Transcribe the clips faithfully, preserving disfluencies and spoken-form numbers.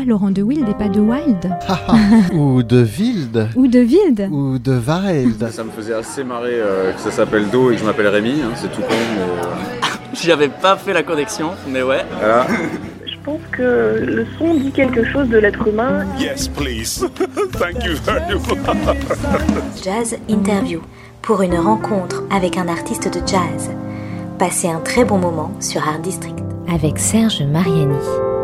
pourquoi Laurent de Wild et pas de Wild? Ou de Wild. Ou de Wild. Ou de Wild. Ça me faisait assez marrer euh, que ça s'appelle Do et que je m'appelle Rémi, hein, c'est tout con. Mais, euh... J'avais pas fait la connexion, mais ouais. Voilà. Je pense que le son dit quelque chose de l'être humain. Yes, please. Thank you very much. Jazz Interview, pour une rencontre avec un artiste de jazz. Passez un très bon moment sur Art District avec Serge Mariani.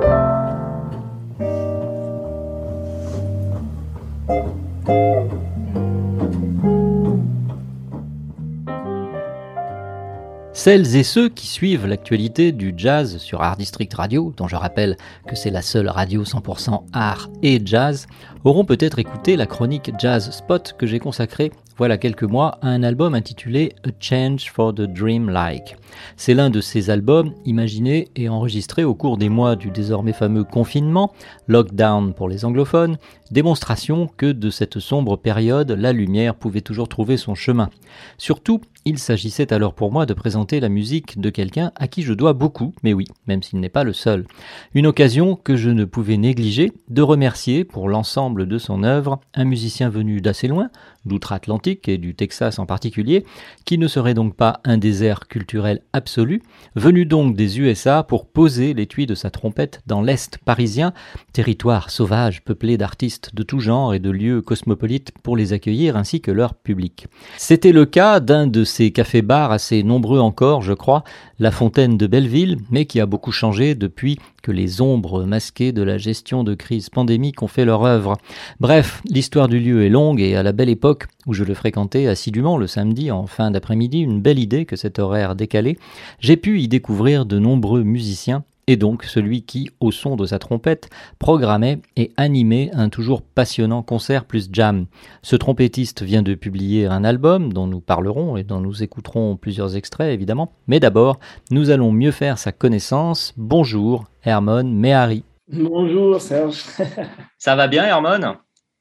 Celles et ceux qui suivent l'actualité du jazz sur Art District Radio, dont je rappelle que c'est la seule radio cent pour cent art et jazz, auront peut-être écouté la chronique Jazz Spot que j'ai consacrée voilà quelques mois à un album intitulé A Change for the Dream-like. C'est l'un de ces albums imaginés et enregistrés au cours des mois du désormais fameux confinement, lockdown pour les anglophones, démonstration que de cette sombre période, la lumière pouvait toujours trouver son chemin. Surtout, il s'agissait alors pour moi de présenter la musique de quelqu'un à qui je dois beaucoup, mais oui, même s'il n'est pas le seul. Une occasion que je ne pouvais négliger de remercier pour l'ensemble de son œuvre un musicien venu d'assez loin, d'outre-Atlantique et du Texas en particulier, qui ne serait donc pas un désert culturel absolu, venu donc des U S A pour poser l'étui de sa trompette dans l'Est parisien, territoire sauvage peuplé d'artistes de tout genre et de lieux cosmopolites pour les accueillir ainsi que leur public. C'était le cas d'un de ces cafés-bars assez nombreux encore, je crois, la Fontaine de Belleville, mais qui a beaucoup changé depuis que les ombres masquées de la gestion de crise pandémique ont fait leur œuvre. Bref, l'histoire du lieu est longue et à la belle époque où je le fréquentais assidûment le samedi en fin d'après-midi, une belle idée que cet horaire décalé, j'ai pu y découvrir de nombreux musiciens et donc celui qui, au son de sa trompette, programmait et animait un toujours passionnant concert plus jam. Ce trompettiste vient de publier un album dont nous parlerons et dont nous écouterons plusieurs extraits évidemment, mais d'abord, nous allons mieux faire sa connaissance. Bonjour Hermon Mehari. Bonjour Serge. Ça va bien Hermon ?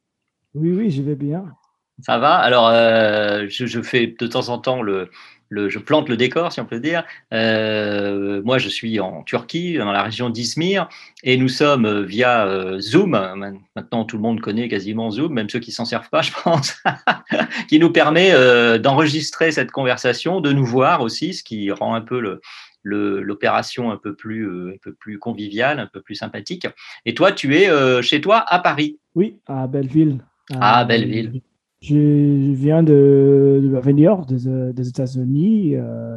Oui, oui, je vais bien. Ça va. Alors, euh, je, je fais de temps en temps le... Le, je plante le décor, si on peut dire. Euh, moi, je suis en Turquie, dans la région d'Izmir, et nous sommes via euh, Zoom. Maintenant, tout le monde connaît quasiment Zoom, même ceux qui s'en servent pas, je pense, qui nous permet euh, d'enregistrer cette conversation, de nous voir aussi, ce qui rend un peu le, le, l'opération un peu plus, euh, un peu plus conviviale, un peu plus sympathique. Et toi, tu es euh, chez toi à Paris ? Oui, à Belleville. Ah, Belleville. Je viens de, de venir des, des États-Unis euh,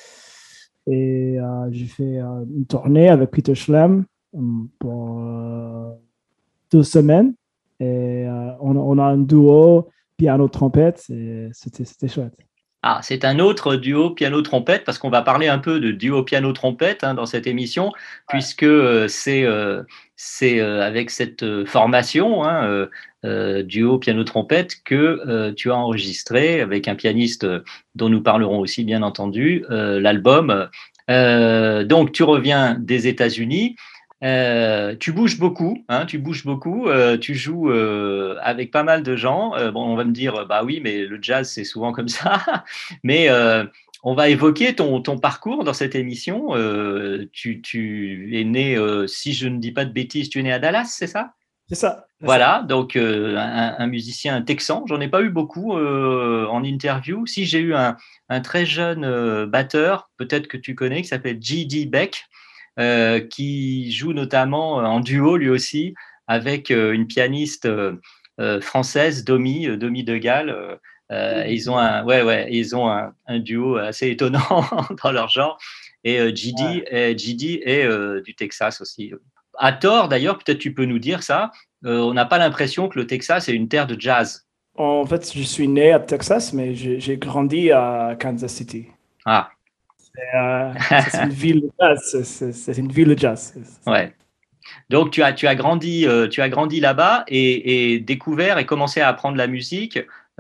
et euh, j'ai fait euh, une tournée avec Peter Schlemm pour euh, deux semaines et euh, on, on a un duo piano-trompette et c'était, c'était chouette. Ah, c'est un autre duo piano-trompette parce qu'on va parler un peu de duo piano-trompette hein, dans cette émission, ouais. puisque euh, c'est, euh, c'est euh, avec cette euh, formation hein, euh, euh, duo piano-trompette que euh, tu as enregistré avec un pianiste euh, dont nous parlerons aussi bien entendu euh, l'album. Euh, donc tu reviens des États-Unis. Euh, tu bouges beaucoup, hein, tu bouges beaucoup, euh, tu joues euh, avec pas mal de gens. Euh, bon, on va me dire, bah oui, mais le jazz c'est souvent comme ça. mais euh, on va évoquer ton, ton parcours dans cette émission. Euh, tu, tu es né, euh, si je ne dis pas de bêtises, tu es né à Dallas, c'est ça ? C'est ça. C'est voilà, ça. donc euh, un, un musicien texan. J'en ai pas eu beaucoup euh, en interview. Si j'ai eu un, un très jeune euh, batteur, peut-être que tu connais, qui s'appelle J D Beck. Euh, qui joue notamment en duo lui aussi avec euh, une pianiste euh, euh, française, Domi, euh, Domi de Gaulle. Euh, ils ont un, ouais, ouais, ils ont un, un duo assez étonnant dans leur genre. Et euh, J D, ouais. et J D est euh, du Texas aussi. À tort d'ailleurs, peut-être tu peux nous dire ça. Euh, on n'a pas l'impression que le Texas est une terre de jazz. En fait, je suis né à Texas, mais j'ai, j'ai grandi à Kansas City. Ah. C'est, euh, c'est une ville de jazz. C'est, c'est, c'est une ville de jazz. Ouais. Donc tu as tu as grandi euh, tu as grandi là-bas et, et découvert et commencé à apprendre la musique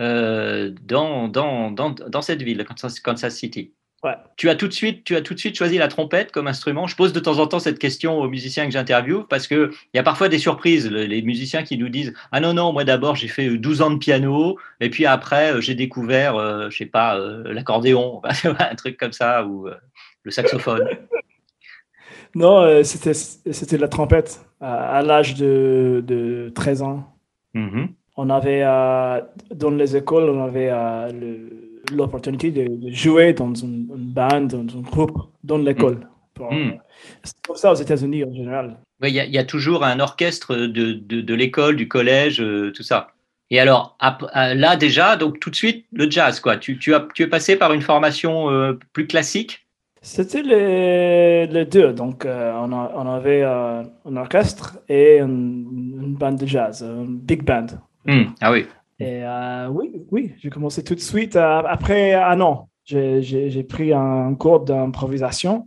euh, dans dans dans dans cette ville, Kansas, Kansas City. Ouais. Tu as tout de suite tu as tout de suite choisi la trompette comme instrument. Je pose de temps en temps cette question aux musiciens que j'interviewe parce que il y a parfois des surprises. Les musiciens qui nous disent ah non non moi d'abord j'ai fait douze ans de piano et puis après j'ai découvert euh, je sais pas euh, l'accordéon, un truc comme ça ou euh, le saxophone. Non, euh, c'était, c'était la trompette. À, à l'âge de, de treize ans, Mhm. on avait, euh, dans les écoles, on avait euh, le- l'opportunité de, de jouer dans une, une bande, dans un groupe, dans l'école. Pour- Mm. C'est comme ça aux États-Unis en général. Oui, il y, a- il y a toujours un orchestre de, de, de l'école, du collège, euh, tout ça. Et alors, ap- euh, là déjà, donc tout de suite, le jazz, quoi. Tu, tu, as, tu es passé par une formation euh, plus classique? C'était les, les deux. Donc, euh, on, a- on avait euh, un orchestre et une, une bande de jazz, une big band. Hmm. Ah oui. Et euh, oui, oui, j'ai commencé tout de suite. euh, après un an, j'ai, j'ai, j'ai pris un cours d'improvisation.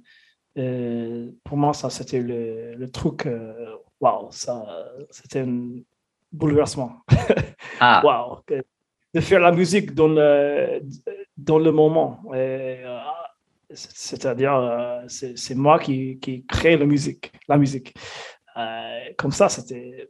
Et pour moi, ça, c'était le, le truc. euh, Waouh, ça, c'était un bouleversement. Ah, Waouh, que- de faire la musique dans le, dans le moment. Et, euh, c'est-à-dire, euh, c'est, c'est moi qui, qui crée la musique. La musique. Euh, comme ça, c'était,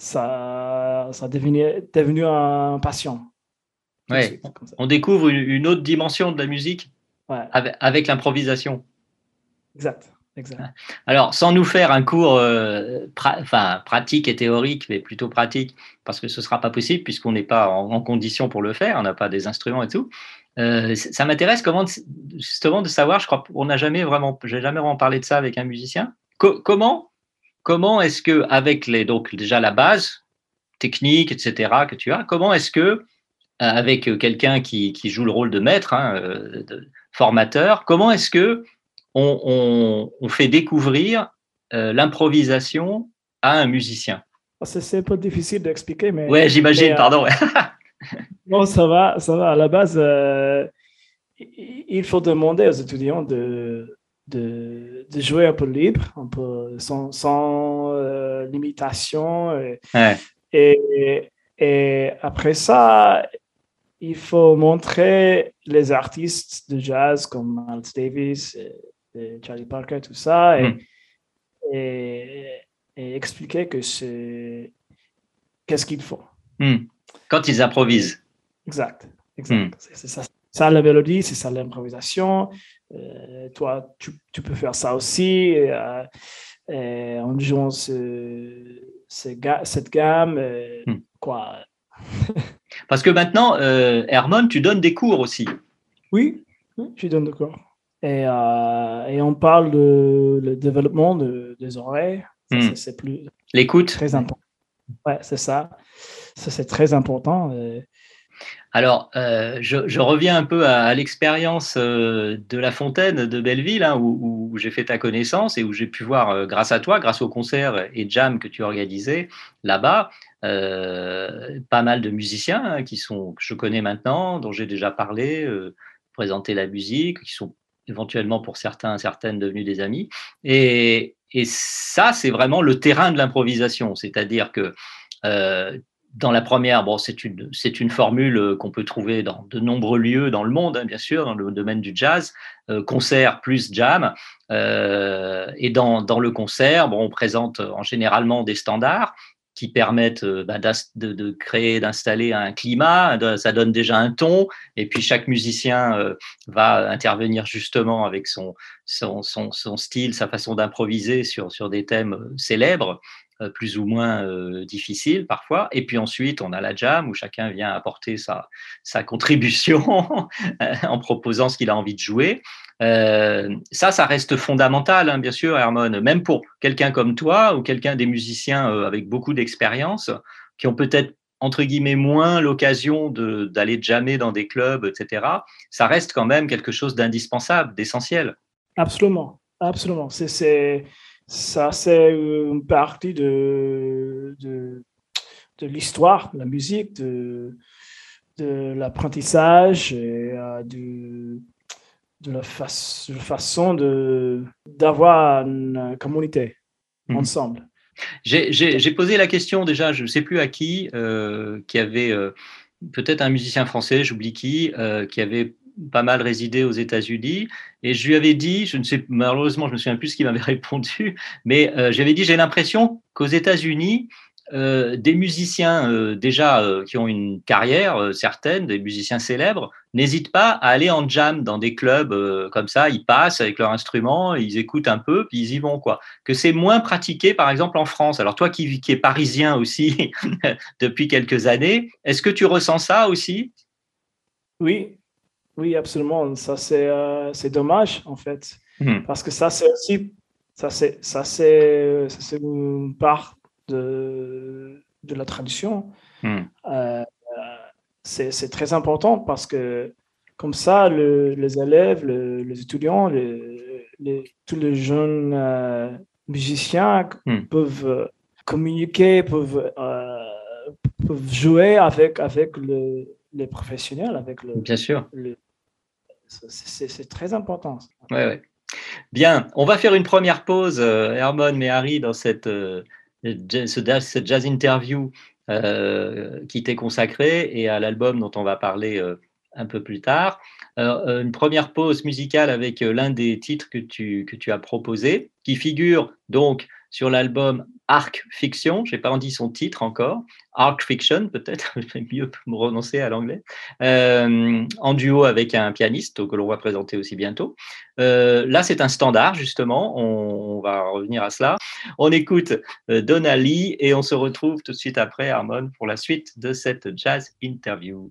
ça, ça devenait devenu un passion. Tout de ouais. suite, comme ça. On découvre une, une autre dimension de la musique Ouais, avec, avec l'improvisation. exact, exact. Alors, sans nous faire un cours euh, pra- enfin, pratique et théorique, mais plutôt pratique, parce que ce ne sera pas possible puisqu'on n'est pas en, en condition pour le faire, on n'a pas des instruments et tout. Euh, c- ça m'intéresse comment, de- justement de savoir, je crois qu'on n'a jamais vraiment, j'ai jamais vraiment parlé de ça avec un musicien. Co- comment, comment est-ce que avec les, donc déjà la base technique, et cetera que tu as, comment est-ce que euh, avec quelqu'un qui, qui joue le rôle de maître, hein, euh, de formateur, comment est-ce que on, on, on fait découvrir euh, l'improvisation à un musicien? C'est, c'est un peu difficile d'expliquer, mais. Ouais, j'imagine, mais, euh, pardon. Ouais. Non, ça va, ça va. À la base, euh, i- il faut demander aux étudiants de, de, de jouer un peu libre, un peu sans, sans euh, limitation. Et, Ouais. et, et après ça, il faut montrer les artistes de jazz comme Miles Davis, et, et Charlie Parker, tout ça, et, Mm. et, et expliquer que c'est qu'est-ce qu'il faut. Mm. Quand ils improvisent. Exact, exact. Mm. C'est, c'est ça, ça la mélodie, c'est ça l'improvisation. Euh, toi, tu, tu peux faire ça aussi et, euh, et en jouant ce, ce ga- cette gamme. euh, Mm. Quoi. Parce que maintenant, euh, Hermon, tu donnes des cours aussi. Oui, oui, je donne d'accord. Et, euh, et on parle de le développement de, des oreilles. Ça, Mm. c'est, c'est plus L'écoute. très important. Ouais, c'est ça. Ça, c'est très important. Et, Alors, euh, je, je reviens un peu à, à l'expérience euh, de La Fontaine de Belleville, hein, où, où j'ai fait ta connaissance et où j'ai pu voir, euh, grâce à toi, grâce aux concerts et jam que tu organisais là-bas, euh, pas mal de musiciens hein, qui sont, que je connais maintenant, dont j'ai déjà parlé, euh, présenté la musique, qui sont éventuellement pour certains, certaines devenus des amis. Et, et ça, c'est vraiment le terrain de l'improvisation, c'est-à-dire que euh, dans la première, bon, c'est une, c'est une formule qu'on peut trouver dans de nombreux lieux dans le monde, hein, bien sûr, dans le domaine du jazz, euh, concert plus jam. Euh, et dans, dans le concert, bon, on présente en généralement des standards qui permettent euh, bah, de, de créer, d'installer un climat, de, ça donne déjà un ton, et puis chaque musicien euh, va intervenir justement avec son, son, son, son style, sa façon d'improviser sur, sur des thèmes célèbres, plus ou moins euh, difficile parfois. Et puis ensuite, on a la jam où chacun vient apporter sa, sa contribution en proposant ce qu'il a envie de jouer. Euh, ça, ça reste fondamental, hein, bien sûr, Hermon, même pour quelqu'un comme toi ou quelqu'un des musiciens euh, avec beaucoup d'expérience qui ont peut-être entre guillemets moins l'occasion de, d'aller jammer dans des clubs, et cetera. Ça reste quand même quelque chose d'indispensable, d'essentiel. Absolument, absolument. C'est, c'est... Ça, c'est une partie de, de, de l'histoire, de la musique, de, de l'apprentissage et euh, de, de la fa- façon de, d'avoir une communauté mmh. ensemble. J'ai, j'ai, j'ai posé la question déjà, je ne sais plus à qui, euh, qui avait euh, peut-être un musicien français, j'oublie qui, euh, qui avait pas mal résidé aux États-Unis, et je lui avais dit, je ne sais malheureusement je me souviens plus ce qu'il m'avait répondu, mais euh, j'avais dit j'ai l'impression qu'aux États-Unis euh, des musiciens euh, déjà euh, qui ont une carrière euh, certaine, des musiciens célèbres, n'hésitent pas à aller en jam dans des clubs euh, comme ça. Ils passent avec leur instrument, ils écoutent un peu, puis ils y vont, quoi. Que c'est moins pratiqué, par exemple, en France. Alors toi qui, qui es parisien aussi depuis quelques années, est-ce que tu ressens ça aussi? Oui, oui, absolument. Ça, c'est euh, c'est dommage, en fait. Mmh. Parce que ça, c'est aussi, ça, c'est, ça, c'est, ça, c'est une part de, de la tradition. Mmh. Euh, c'est, c'est très important parce que comme ça, le, les élèves, le, les étudiants, les, les, tous les jeunes euh, musiciens mmh. peuvent euh, communiquer, peuvent, euh, peuvent jouer avec, avec le, les professionnels, avec le. Bien sûr. Le, c'est, c'est, c'est très important. Ouais, ouais. Bien, on va faire une première pause, euh, Hermon Mehari, dans cette, euh, jazz, cette jazz interview euh, qui t'est consacrée et à l'album dont on va parler euh, un peu plus tard. Euh, une première pause musicale avec euh, l'un des titres que tu, que tu as proposé, qui figure donc sur l'album Arc Fiction. Je n'ai pas dit son titre encore. Arc Fiction, peut-être, je vais mieux me prononcer à l'anglais, euh, en duo avec un pianiste que l'on va présenter aussi bientôt. Euh, là, c'est un standard, justement, on, on va revenir à cela. On écoute euh, Donna Lee et on se retrouve tout de suite après, Hermon, pour la suite de cette jazz interview.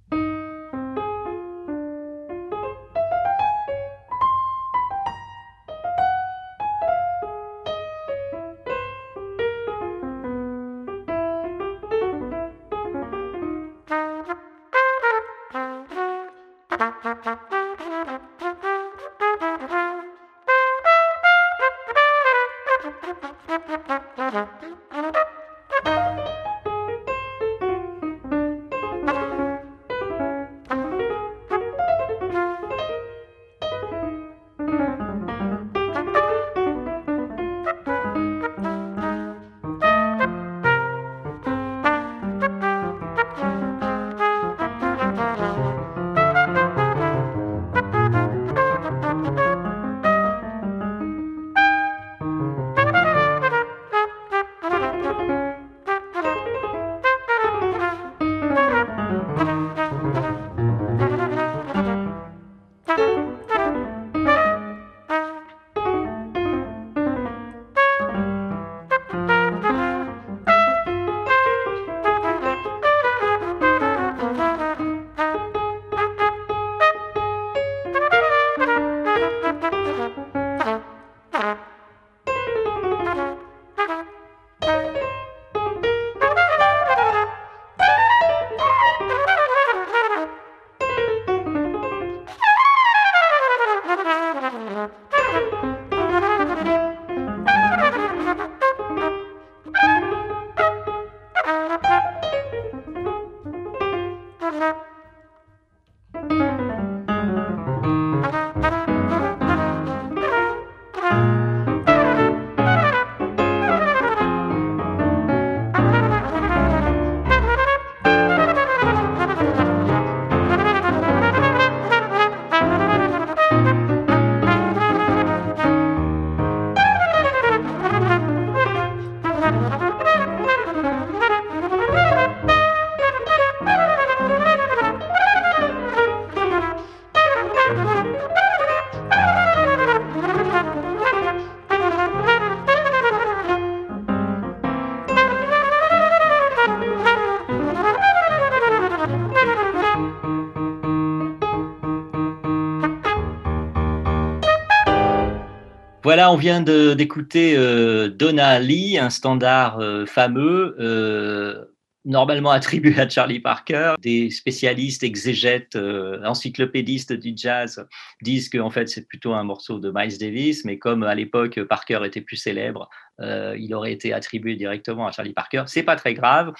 Voilà, on vient de, d'écouter euh, Donna Lee, un standard euh, fameux, euh, normalement attribué à Charlie Parker. Des spécialistes, exégètes, euh, encyclopédistes du jazz disent qu'en fait c'est plutôt un morceau de Miles Davis, mais comme à l'époque Parker était plus célèbre, euh, il aurait été attribué directement à Charlie Parker. C'est pas très grave,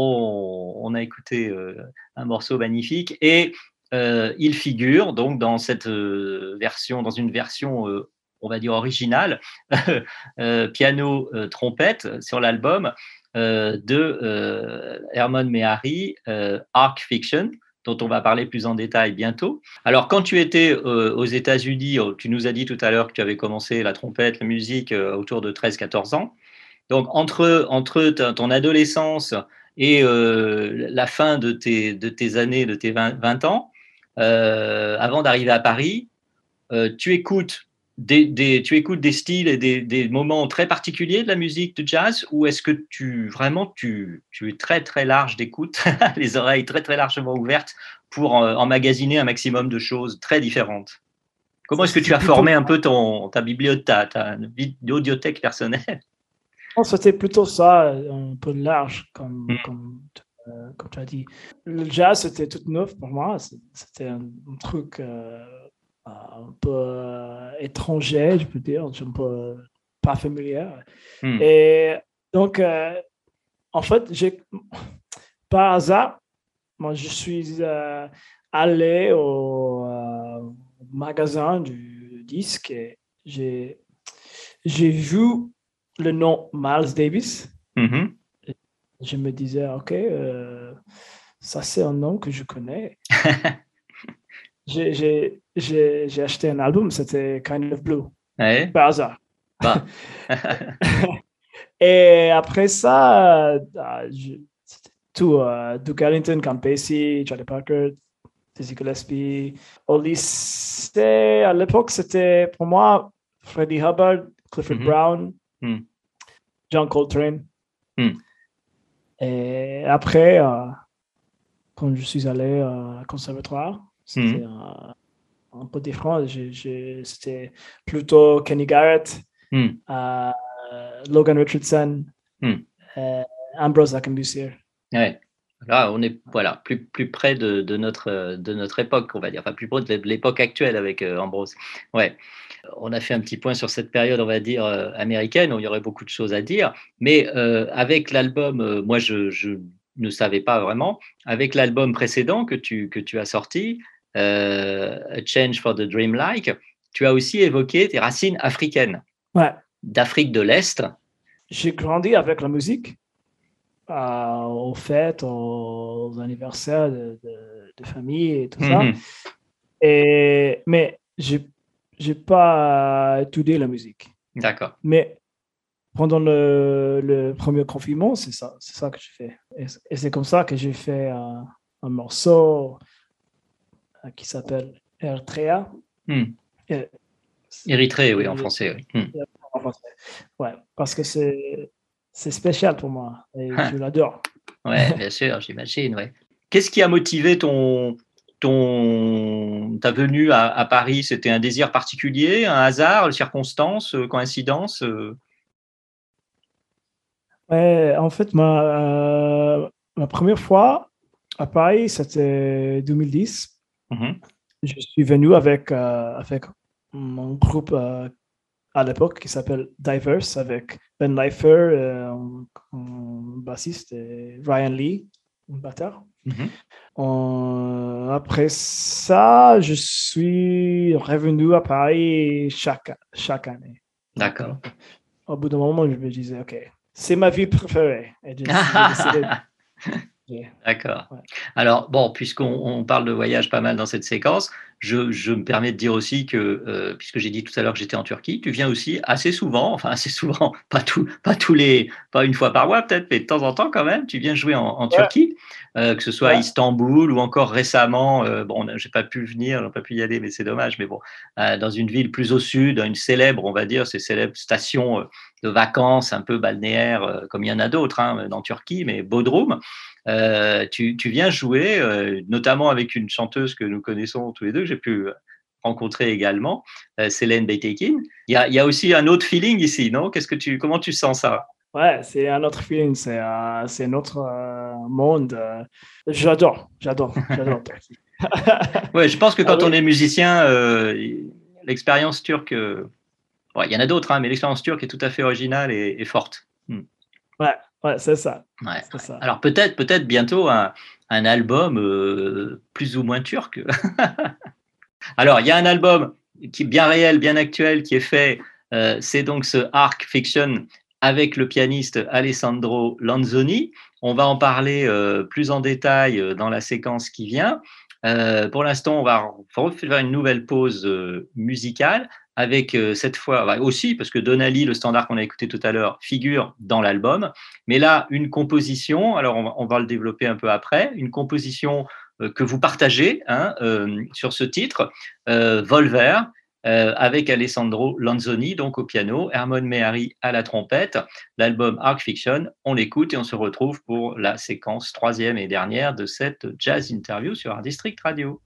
on, on a écouté euh, un morceau magnifique et euh, il figure donc dans cette euh, version, dans une version euh, on va dire original, euh, piano, euh, trompette sur l'album euh, de euh, Hermon Mehari, euh, Arc Fiction, dont on va parler plus en détail bientôt. Alors, quand tu étais euh, aux États-Unis, tu nous as dit tout à l'heure que tu avais commencé la trompette, la musique euh, autour de treize à quatorze ans. Donc, entre, entre ta, ton adolescence et euh, la fin de tes, de tes années, de tes vingt, vingt ans, euh, avant d'arriver à Paris, euh, tu, écoutes des, des, tu écoutes des styles et des, des moments très particuliers de la musique de jazz, ou est-ce que tu, vraiment, tu, tu es très, très large d'écoute, les oreilles très, très largement ouvertes pour euh, emmagasiner un maximum de choses très différentes? Comment est-ce que tu as formé un peu ton, ta bibliothèque, ta, ta bibliothèque personnelle? C'était plutôt ça, un peu large, comme, mm. comme, euh, comme tu as dit. Le jazz, c'était tout neuf pour moi. C'était un, un truc euh, un peu euh, étranger, je peux dire, un peu euh, pas familier. Mm. Et donc, euh, en fait, j'ai, par hasard, moi, je suis euh, allé au euh, magasin du disque et j'ai, j'ai vu le nom Miles Davis. Mm-hmm. Je me disais, OK, euh, ça c'est un nom que je connais. j'ai, j'ai, j'ai, j'ai acheté un album, c'était Kind of Blue, ouais. Par hasard. Bah. Et après ça, euh, je, c'était tout. Uh, Duke Ellington, Count Basie, Charlie Parker, Dizzy Gillespie. Au lycée, à l'époque, c'était pour moi Freddie Hubbard, Clifford mm-hmm. Brown, mm. John Coltrane. Mm. Et après, euh, quand je suis allé au conservatoire, c'était mm. euh, un peu différent. J'ai, j'ai, c'était plutôt Kenny Garrett, mm. euh, Logan Richardson, mm. euh, Ambrose Akinbusier. Ouais. Là, on est voilà, plus, plus près de, de, notre, de notre époque, on va dire, enfin plus près de l'époque actuelle avec euh, Ambrose. Ouais. On a fait un petit point sur cette période, on va dire, euh, américaine, où il y aurait beaucoup de choses à dire. Mais euh, avec l'album, euh, moi, je, je ne savais pas vraiment, avec l'album précédent que tu, que tu as sorti, euh, A Change for the Dreamlike, tu as aussi évoqué tes racines africaines, ouais. d'Afrique de l'Est. J'ai grandi avec la musique. Euh, aux fêtes, aux anniversaires de, de, de famille et tout mm-hmm. ça. Et, mais je n'ai pas étudié la musique. D'accord. Mais pendant le, le premier confinement, c'est ça, c'est ça que j'ai fait. Et, et c'est comme ça que j'ai fait un, un morceau qui s'appelle Eritrea. Mm. Et, Érythrée, oui, en français. Oui. Mm. En français. Ouais, parce que c'est C'est spécial pour moi et ah. je l'adore. Oui, bien sûr, j'imagine. Ouais. Qu'est-ce qui a motivé ton, ton, ta venue à, à Paris? C'était un désir particulier, un hasard, une circonstance, coïncidence? Ouais, en fait, ma, euh, ma première fois à Paris, c'était deux mille dix. Mm-hmm. Je suis venu avec, euh, avec mon groupe euh, à l'époque qui s'appelle Diverse, avec Ben Leifer, euh, un, un bassiste, et Ryan Lee, un batteur. Mm-hmm. Euh, après ça, je suis revenu à Paris chaque, chaque année. D'accord. Donc, au bout d'un moment, je me disais, OK, c'est ma vie préférée. Et j'ai décidé de... Yeah. D'accord. Ouais. Alors, bon, puisqu'on on parle de voyage pas mal dans cette séquence, je, je me permets de dire aussi que, euh, puisque j'ai dit tout à l'heure que j'étais en Turquie, tu viens aussi assez souvent, enfin assez souvent, pas, tout, pas, tous les, pas une fois par mois peut-être, mais de temps en temps quand même, tu viens jouer en, en ouais. Turquie, euh, que ce soit ouais. à Istanbul ou encore récemment, euh, bon, j'ai pas pu venir, j'ai pas pu y aller, mais c'est dommage, mais bon, euh, dans une ville plus au sud, une célèbre, on va dire, ces célèbres stations euh, de vacances un peu balnéaires, euh, comme il y en a d'autres hein, en Turquie, mais Bodrum. Euh, tu, tu viens jouer, euh, notamment avec une chanteuse que nous connaissons tous les deux, que j'ai pu rencontrer également, euh, Célène Beytekin. Il y a, il y a aussi un autre feeling ici, non? Qu'est-ce que tu, comment tu sens ça? Ouais, c'est un autre feeling, c'est, euh, c'est notre euh, monde. Euh, j'adore, j'adore, j'adore. Ouais, je pense que quand ah, on oui. est musicien, euh, l'expérience turque, euh, ouais, il y en a d'autres, hein, mais l'expérience turque est tout à fait originale et, et forte. Hmm. Ouais. Ouais, c'est ça. Ouais. C'est ça. Alors peut-être, peut-être bientôt un, un album euh, plus ou moins turc. Alors il y a un album qui est bien réel, bien actuel, qui est fait. Euh, c'est donc ce Arc Fiction avec le pianiste Alessandro Lanzoni. On va en parler euh, plus en détail dans la séquence qui vient. Euh, pour l'instant, on va faire une nouvelle pause euh, musicale. avec euh, cette fois bah, aussi, parce que Donnelly, le standard qu'on a écouté tout à l'heure, figure dans l'album, mais là, une composition, alors on va, on va le développer un peu après, une composition euh, que vous partagez hein, euh, sur ce titre, euh, Volver, euh, avec Alessandro Lanzoni, donc au piano, Hermon Mehari à la trompette, l'album Arc Fiction, on l'écoute et on se retrouve pour la séquence troisième et dernière de cette jazz interview sur Art District Radio.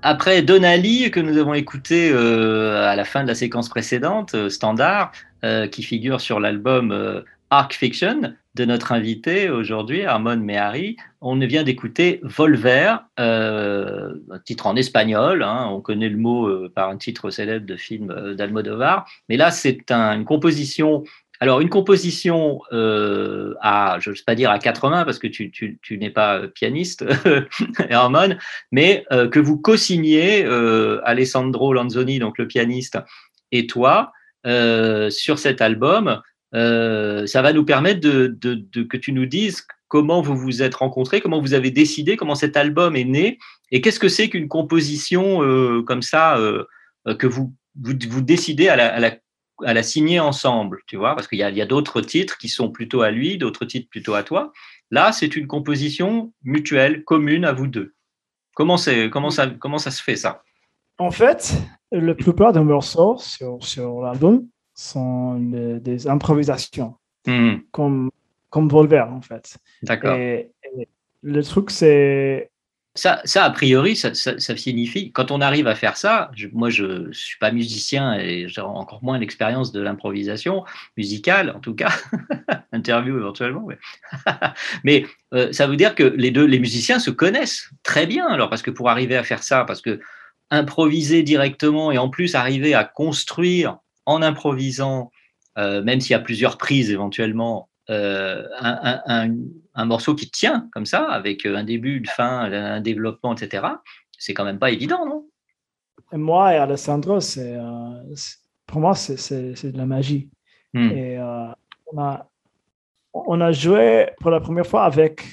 après Donnelly, que nous avons écouté euh, à la fin de la séquence précédente, euh, standard, euh, qui figure sur l'album euh, Arc Fiction de notre invité aujourd'hui, Armon Mehari, on vient d'écouter Volver, euh, un titre en espagnol, hein, on connaît le mot euh, par un titre célèbre de film euh, d'Almodovar, mais là c'est un, une composition... Alors, une composition euh, à, je ne sais pas dire à quatre mains, parce que tu, tu, tu n'es pas pianiste, Hermon, mais euh, que vous co-signez, euh, Alessandro Lanzoni, donc le pianiste, et toi, euh, sur cet album. Euh, ça va nous permettre de, de, de, que tu nous dises comment vous vous êtes rencontrés, comment vous avez décidé, comment cet album est né, et qu'est-ce que c'est qu'une composition euh, comme ça, euh, que vous, vous, vous décidez à la, à la à la signer ensemble, tu vois, parce qu'il y a, il y a d'autres titres qui sont plutôt à lui, d'autres titres plutôt à toi. Là, c'est une composition mutuelle, commune à vous deux. Comment, c'est, comment, ça, comment ça se fait, ça? En fait, la plupart des morceaux sur, sur l'album sont des, des improvisations, mmh. comme, comme Volver, en fait. D'accord. Et, et le truc, c'est... Ça, ça, a priori, ça, ça, ça signifie, quand on arrive à faire ça, je, moi je ne suis pas musicien et j'ai encore moins l'expérience de l'improvisation musicale, en tout cas, interview éventuellement, mais, mais euh, ça veut dire que les deux, les musiciens se connaissent très bien, alors, parce que pour arriver à faire ça, parce que improviser directement et en plus arriver à construire en improvisant, euh, même s'il y a plusieurs prises éventuellement, Euh, un, un, un morceau qui tient comme ça, avec un début, une fin, un développement, et cetera, c'est quand même pas évident, non? Et moi et Alessandro, c'est, euh, c'est, pour moi, c'est, c'est, c'est de la magie. Mm. Et euh, on, a, on a joué pour la première fois avec,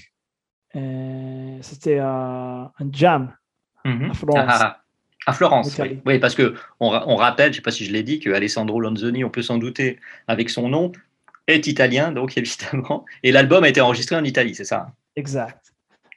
euh, c'était euh, un jam mm-hmm. à Florence. Ah, ah, à Florence, oui. oui, parce qu'on on rappelle, je ne sais pas si je l'ai dit, que Alessandro Lanzoni, on peut s'en douter, avec son nom, est italien, donc évidemment. Et l'album a été enregistré en Italie, c'est ça? Exact.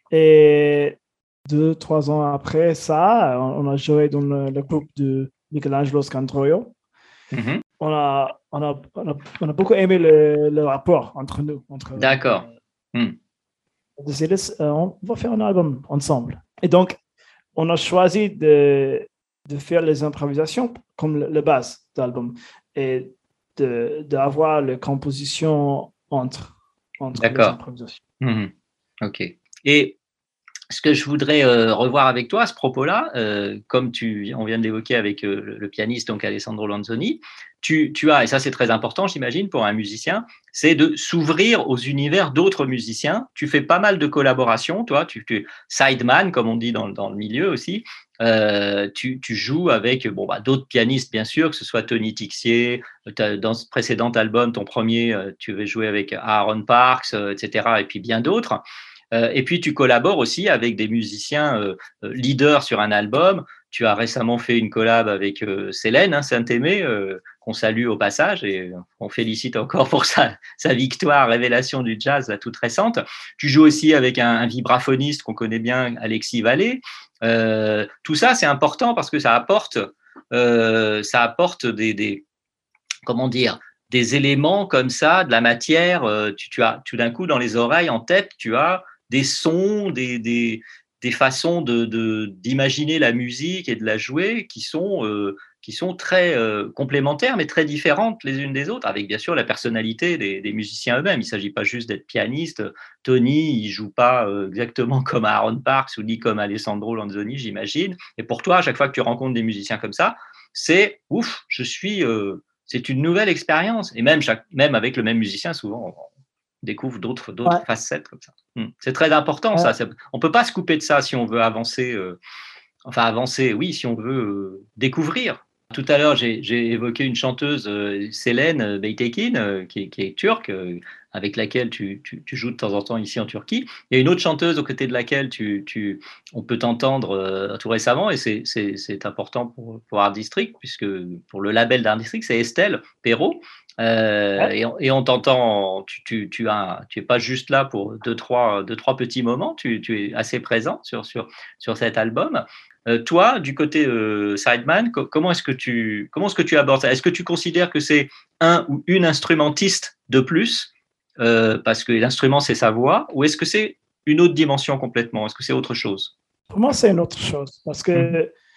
Et deux, trois ans après ça, on a joué dans le, le groupe de Michelangelo Scandroio. Mm-hmm. On, a, on, a, on, a, on a beaucoup aimé le, le rapport entre nous. Entre, D'accord. Euh, mm. On décidé, euh, on va faire un album ensemble. Et donc, on a choisi de, de faire les improvisations comme le, le base de l'album. Et de d'avoir la composition entre, entre D'accord. les improvisations. Mmh. Ok. Et ce que je voudrais euh, revoir avec toi à ce propos-là, euh, comme tu, on vient de l'évoquer avec euh, le, le pianiste, donc Alessandro Lanzoni, tu, tu as, et ça c'est très important j'imagine pour un musicien, c'est de s'ouvrir aux univers d'autres musiciens. Tu fais pas mal de collaborations, toi, tu, tu sideman comme on dit dans, dans le milieu aussi. Euh, tu, tu joues avec bon, bah, d'autres pianistes, bien sûr, que ce soit Tony Tixier, dans ce précédent album, ton premier, tu avais joué avec Aaron Parks, et cetera, et puis bien d'autres. Euh, et puis, tu collabores aussi avec des musiciens euh, leaders sur un album. Tu as récemment fait une collab avec euh, Célène hein, Saint-Aimé, euh, qu'on salue au passage, et on félicite encore pour sa, sa victoire, révélation du jazz, la toute récente. Tu joues aussi avec un, un vibraphoniste qu'on connaît bien, Alexis Vallée. Euh, tout ça, c'est important parce que ça apporte, euh, ça apporte des, des, comment dire, des éléments comme ça, de la matière. Euh, tu, tu as tout d'un coup dans les oreilles, en tête, tu as des sons, des, des, des façons de, de, d'imaginer la musique et de la jouer qui sont, euh, qui sont très euh, complémentaires, mais très différentes les unes des autres, avec bien sûr la personnalité des, des musiciens eux-mêmes. Il ne s'agit pas juste d'être pianiste. Tony, il ne joue pas euh, exactement comme Aaron Parks ou ni comme Alessandro Lanzoni, j'imagine. Et pour toi, à chaque fois que tu rencontres des musiciens comme ça, c'est « ouf, je suis… Euh, » c'est une nouvelle expérience. Et même, chaque, même avec le même musicien, souvent, on découvre d'autres, d'autres ouais. facettes comme ça. C'est très important, ouais. ça. On ne peut pas se couper de ça si on veut avancer. Euh, enfin, avancer, oui, si on veut euh, découvrir. Tout à l'heure, j'ai, j'ai évoqué une chanteuse, euh, Célène Beytekin, euh, qui, qui est turque, euh, avec laquelle tu, tu, tu joues de temps en temps ici en Turquie. Il y a une autre chanteuse aux côtés de laquelle tu, tu, on peut t'entendre euh, tout récemment, et c'est, c'est, c'est important pour, pour Art District, puisque pour le label d'Art District, c'est Estelle Perrault. Euh, ouais. et, on, et on t'entend, tu, tu, tu, as, tu es pas juste là pour deux, trois, deux, trois petits moments, tu, tu es assez présent sur, sur, sur cet album. Euh, toi, du côté euh, sideman, co- comment est-ce que tu comment est-ce que tu abordes ça? Est-ce que tu considères que c'est un ou une instrumentiste de plus euh, parce que l'instrument c'est sa voix, ou est-ce que c'est une autre dimension complètement? Est-ce que c'est autre chose? Pour moi, c'est une autre chose parce que mmh.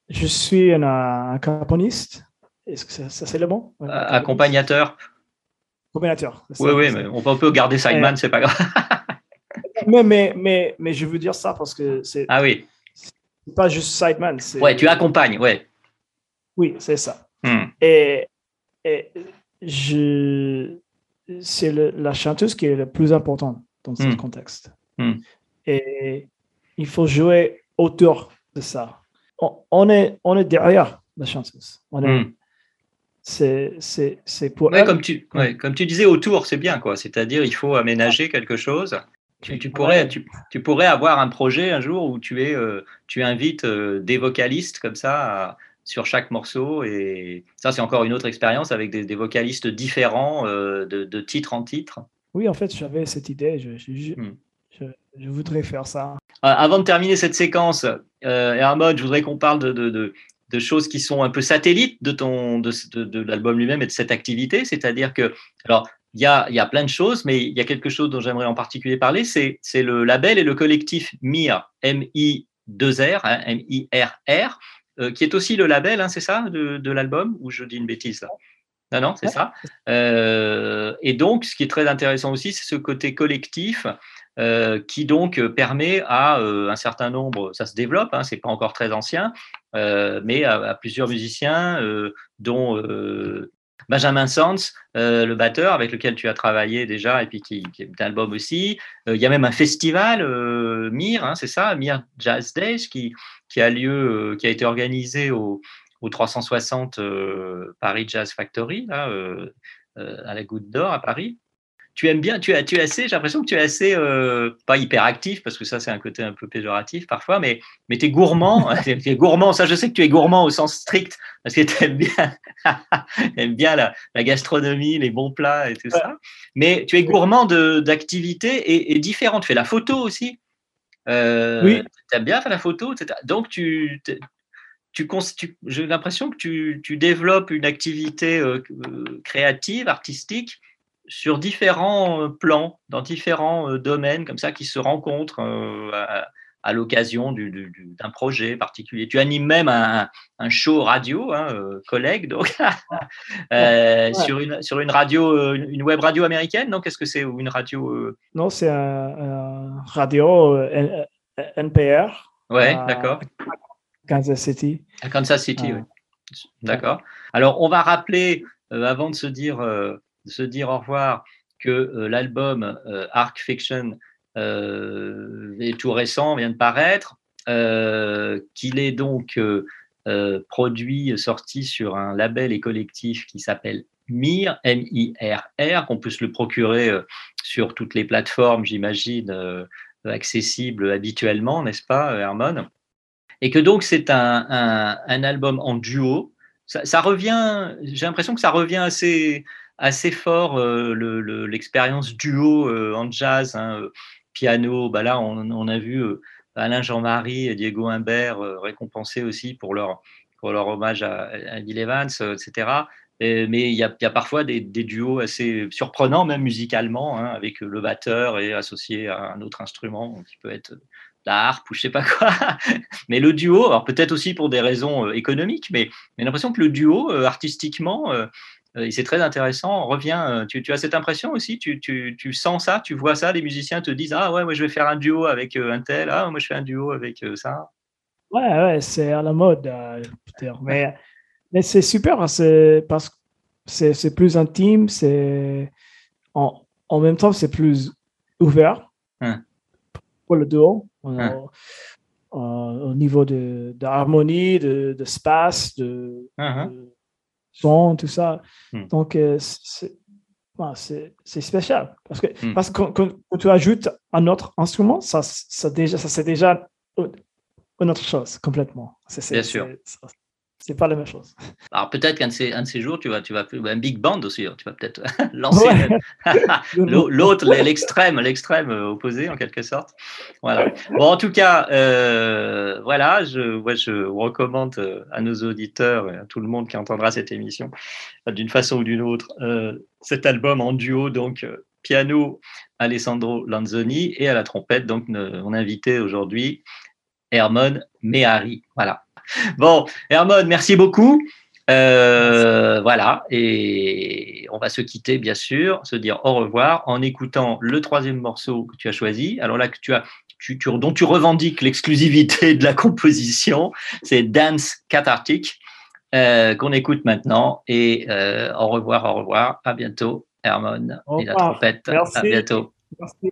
je suis un euh, accompagniste. Est-ce que ça, ça c'est le bon? Euh, accompagnateur. Accompagnateur. Oui, oui, mais on peut, on peut garder sideman, euh, c'est pas grave. mais, mais, mais, mais je veux dire ça parce que c'est. Ah oui. C'est pas juste sideman. C'est... Ouais, tu accompagnes, ouais. Oui, c'est ça. Hmm. Et, et je, c'est le, la chanteuse qui est le plus importante dans ce hmm. contexte. Hmm. Et il faut jouer autour de ça. On, on, est, on est derrière la chanteuse. On est, hmm. c'est, c'est, c'est pour ouais, elle. Comme tu, ouais, comme tu disais, autour, c'est bien, quoi. C'est-à-dire, il faut aménager quelque chose. Tu, tu, pourrais, ouais. tu, tu pourrais avoir un projet un jour où tu, es, euh, tu invites euh, des vocalistes comme ça à, sur chaque morceau. Et ça, c'est encore une autre expérience avec des, des vocalistes différents euh, de, de titre en titre. Oui, en fait, j'avais cette idée. Je, je, je, hmm. je, je voudrais faire ça. Euh, avant de terminer cette séquence, euh, Hermod, je voudrais qu'on parle de, de, de, de choses qui sont un peu satellites de, ton, de, de, de l'album lui-même et de cette activité. C'est-à-dire que, alors, il y a, y a plein de choses, mais il y a quelque chose dont j'aimerais en particulier parler, c'est, c'est le label et le collectif M I R, M I deux R, hein, M I R R, euh, qui est aussi le label, hein, c'est ça, de, de l'album, ou je dis une bêtise là? Non, non, c'est ouais. ça. Euh, et donc, ce qui est très intéressant aussi, c'est ce côté collectif euh, qui donc permet à euh, un certain nombre, ça se développe, hein, c'est pas encore très ancien, euh, mais à, à plusieurs musiciens, euh, dont euh, Benjamin Sands, euh, le batteur avec lequel tu as travaillé déjà, et puis qui, qui est un album aussi. Euh, il y a même un festival, euh, M I R, hein, c'est ça, M I R Jazz Days, qui, qui a lieu, euh, qui a été organisé au au trois cent soixante euh, Paris Jazz Factory, là, euh, euh, à la Goutte d'Or à Paris. Tu aimes bien, tu es, tu es assez, j'ai l'impression que tu es assez, euh, pas hyperactif, parce que ça c'est un côté un peu péjoratif parfois, mais, mais tu es gourmand, tu es gourmand, ça je sais que tu es gourmand au sens strict, parce que tu aimes bien, aimes bien la, la gastronomie, les bons plats et tout ça, mais tu es gourmand de, d'activités et, et différentes. Tu fais la photo aussi, euh, oui. Tu aimes bien faire la photo, et cetera. Donc tu... Tu, tu, j'ai l'impression que tu, tu développes une activité euh, créative, artistique, sur différents euh, plans, dans différents euh, domaines, comme ça, qui se rencontrent euh, à, à l'occasion du, du, du, d'un projet particulier. Tu animes même un, un show radio, hein, euh, collègue, donc, euh, ouais. sur, une, sur une radio, une web radio américaine, non? Qu'est-ce que c'est? Ou une radio euh... Non, c'est un, un radio euh, N P R. Ouais, euh, d'accord. Kansas City. À Kansas City, euh, oui. D'accord. Alors, on va rappeler, euh, avant de se dire, euh, de se dire au revoir, que euh, l'album euh, Arc Fiction euh, est tout récent, vient de paraître, euh, qu'il est donc euh, euh, produit, sorti sur un label et collectif qui s'appelle M I R, M I R R, qu'on peut se le procurer euh, sur toutes les plateformes, j'imagine, euh, accessibles habituellement, n'est-ce pas, Hermon? Et que donc c'est un, un, un album en duo. Ça, ça revient, j'ai l'impression que ça revient assez, assez fort, euh, le, le, l'expérience duo euh, en jazz, hein, euh, piano. Bah là, on, on a vu euh, Alain Jean-Marie et Diego Humbert euh, récompensés aussi pour leur, pour leur hommage à, à Bill Evans, euh, et cetera. Et, mais il y a, y a parfois des, des duos assez surprenants, même musicalement, hein, avec le batteur et associé à un autre instrument qui peut être la harpe ou je sais pas quoi. Mais le duo, alors peut-être aussi pour des raisons euh, économiques, mais j'ai l'impression que le duo, euh, artistiquement, euh, et c'est très intéressant, revient. Euh, tu, tu as cette impression aussi, tu, tu, tu sens ça, tu vois ça, les musiciens te disent ah ouais, moi je vais faire un duo avec euh, un tel, ah moi je fais un duo avec euh, ça. Ouais, ouais, c'est à la mode, euh, peut-être. Mais, mais c'est super, c'est parce que c'est, c'est plus intime, c'est en, en même temps c'est plus ouvert hein. Pour le duo. Hein. Euh, au niveau de, de harmonie, de, de espace, de, uh-huh. de son, tout ça. Mm. Donc, euh, c'est, c'est, c'est spécial. Parce que, mm. parce que quand, quand tu ajoutes un autre instrument, ça, ça, déjà, ça c'est déjà une autre chose, complètement. C'est, c'est, Bien sûr. C'est, c'est, c'est pas la même chose. Alors peut-être qu'un de ces, un de ces jours, tu vas, tu vas un big band aussi, tu vas peut-être lancer ouais. l'autre, l'extrême, l'extrême opposé en quelque sorte. Voilà. Bon, en tout cas, euh, voilà, je, ouais, je recommande à nos auditeurs et à tout le monde qui entendra cette émission, d'une façon ou d'une autre, euh, cet album en duo, donc euh, piano Alessandro Lanzoni et à la trompette, donc mon invité aujourd'hui, Hermon Méhari. Voilà. Bon, Hermone, merci beaucoup. Euh, voilà, et on va se quitter, bien sûr, se dire au revoir en écoutant le troisième morceau que tu as choisi. Alors là, que tu as, tu, tu, dont tu revendiques l'exclusivité de la composition, c'est Dance Cathartic, euh, qu'on écoute maintenant. Et euh, au revoir, au revoir, à bientôt, Hermone et la trompette. Merci. À bientôt. Merci.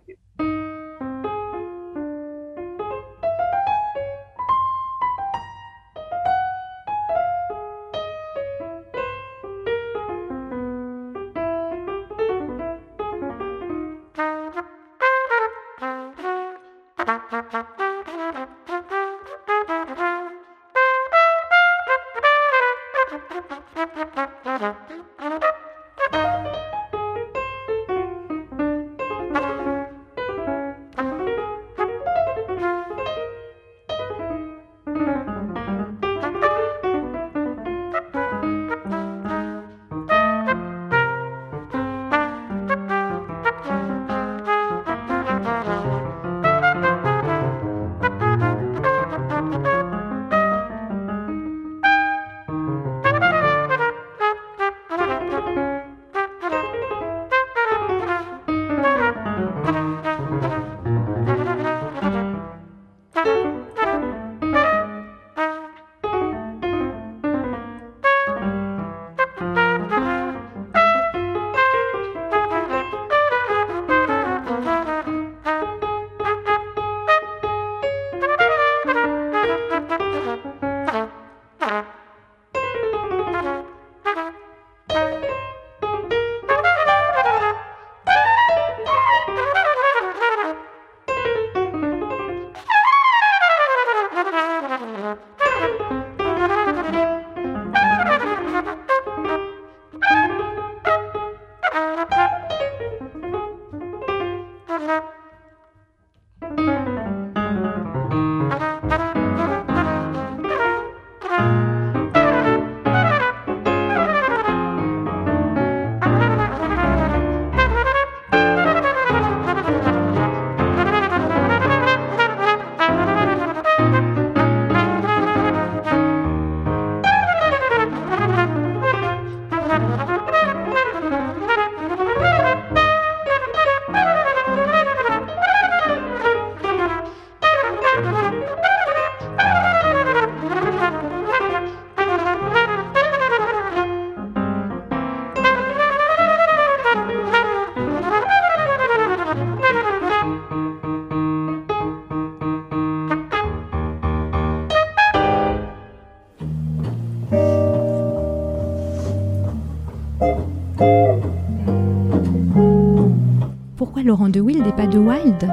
Pourquoi Laurent de Wild et pas de Wild?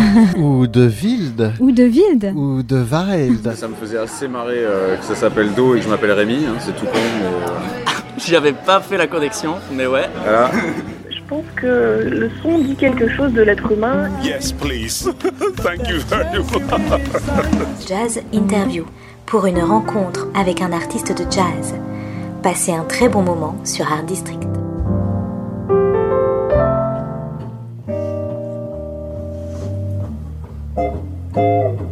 Ou de Wild. Ou de Wild. Ou de Wild. Ça me faisait assez marrer euh, que ça s'appelle Do et que je m'appelle Rémi, hein, c'est tout con. Mais, euh... J'avais pas fait la connexion, mais ouais. Voilà. Je pense que le son dit quelque chose de l'être humain. Yes, please. Thank you very much. Jazz Interview, pour une rencontre avec un artiste de jazz. Passez un très bon moment sur Art District. Thank you.